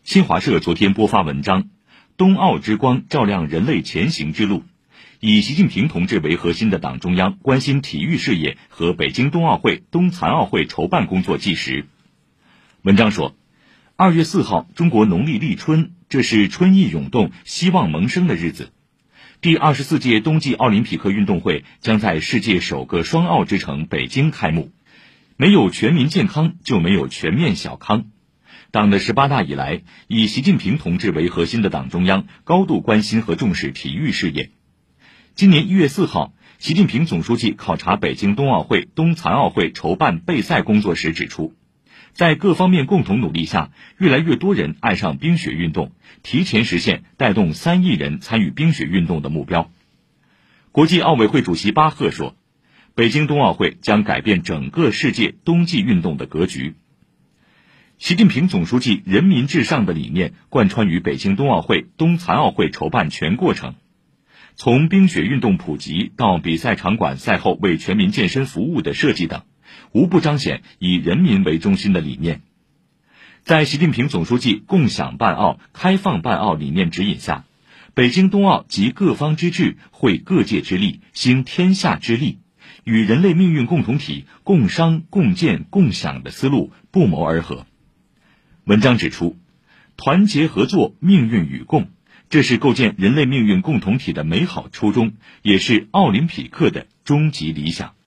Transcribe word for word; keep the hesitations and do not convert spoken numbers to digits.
新华社昨天播发文章《冬奥之光照亮人类前行之路》，以习近平同志为核心的党中央关心体育事业和北京冬奥会、冬残奥会筹办工作纪实。文章说，二月四号，中国农历立春，这是春意涌动、希望萌生的日子。第二十四届冬季奥林匹克运动会将在世界首个双奥之城北京开幕。没有全民健康，就没有全面小康。党的十八大以来，以习近平同志为核心的党中央高度关心和重视体育事业。今年一月四号，习近平总书记考察北京冬奥会、冬残奥会筹办备赛工作时指出，在各方面共同努力下，越来越多人爱上冰雪运动，提前实现带动三亿人参与冰雪运动的目标。国际奥委会主席巴赫说，北京冬奥会将改变整个世界冬季运动的格局。习近平总书记人民至上的理念贯穿于北京冬奥会、冬残奥会筹办全过程，从冰雪运动普及到比赛场馆赛后为全民健身服务的设计等，无不彰显以人民为中心的理念。在习近平总书记共享办奥、开放办奥理念指引下，北京冬奥集各方之智，汇各界之力，兴天下之力，与人类命运共同体共商、共建、共享的思路不谋而合。文章指出，团结合作，命运与共，这是构建人类命运共同体的美好初衷，也是奥林匹克的终极理想。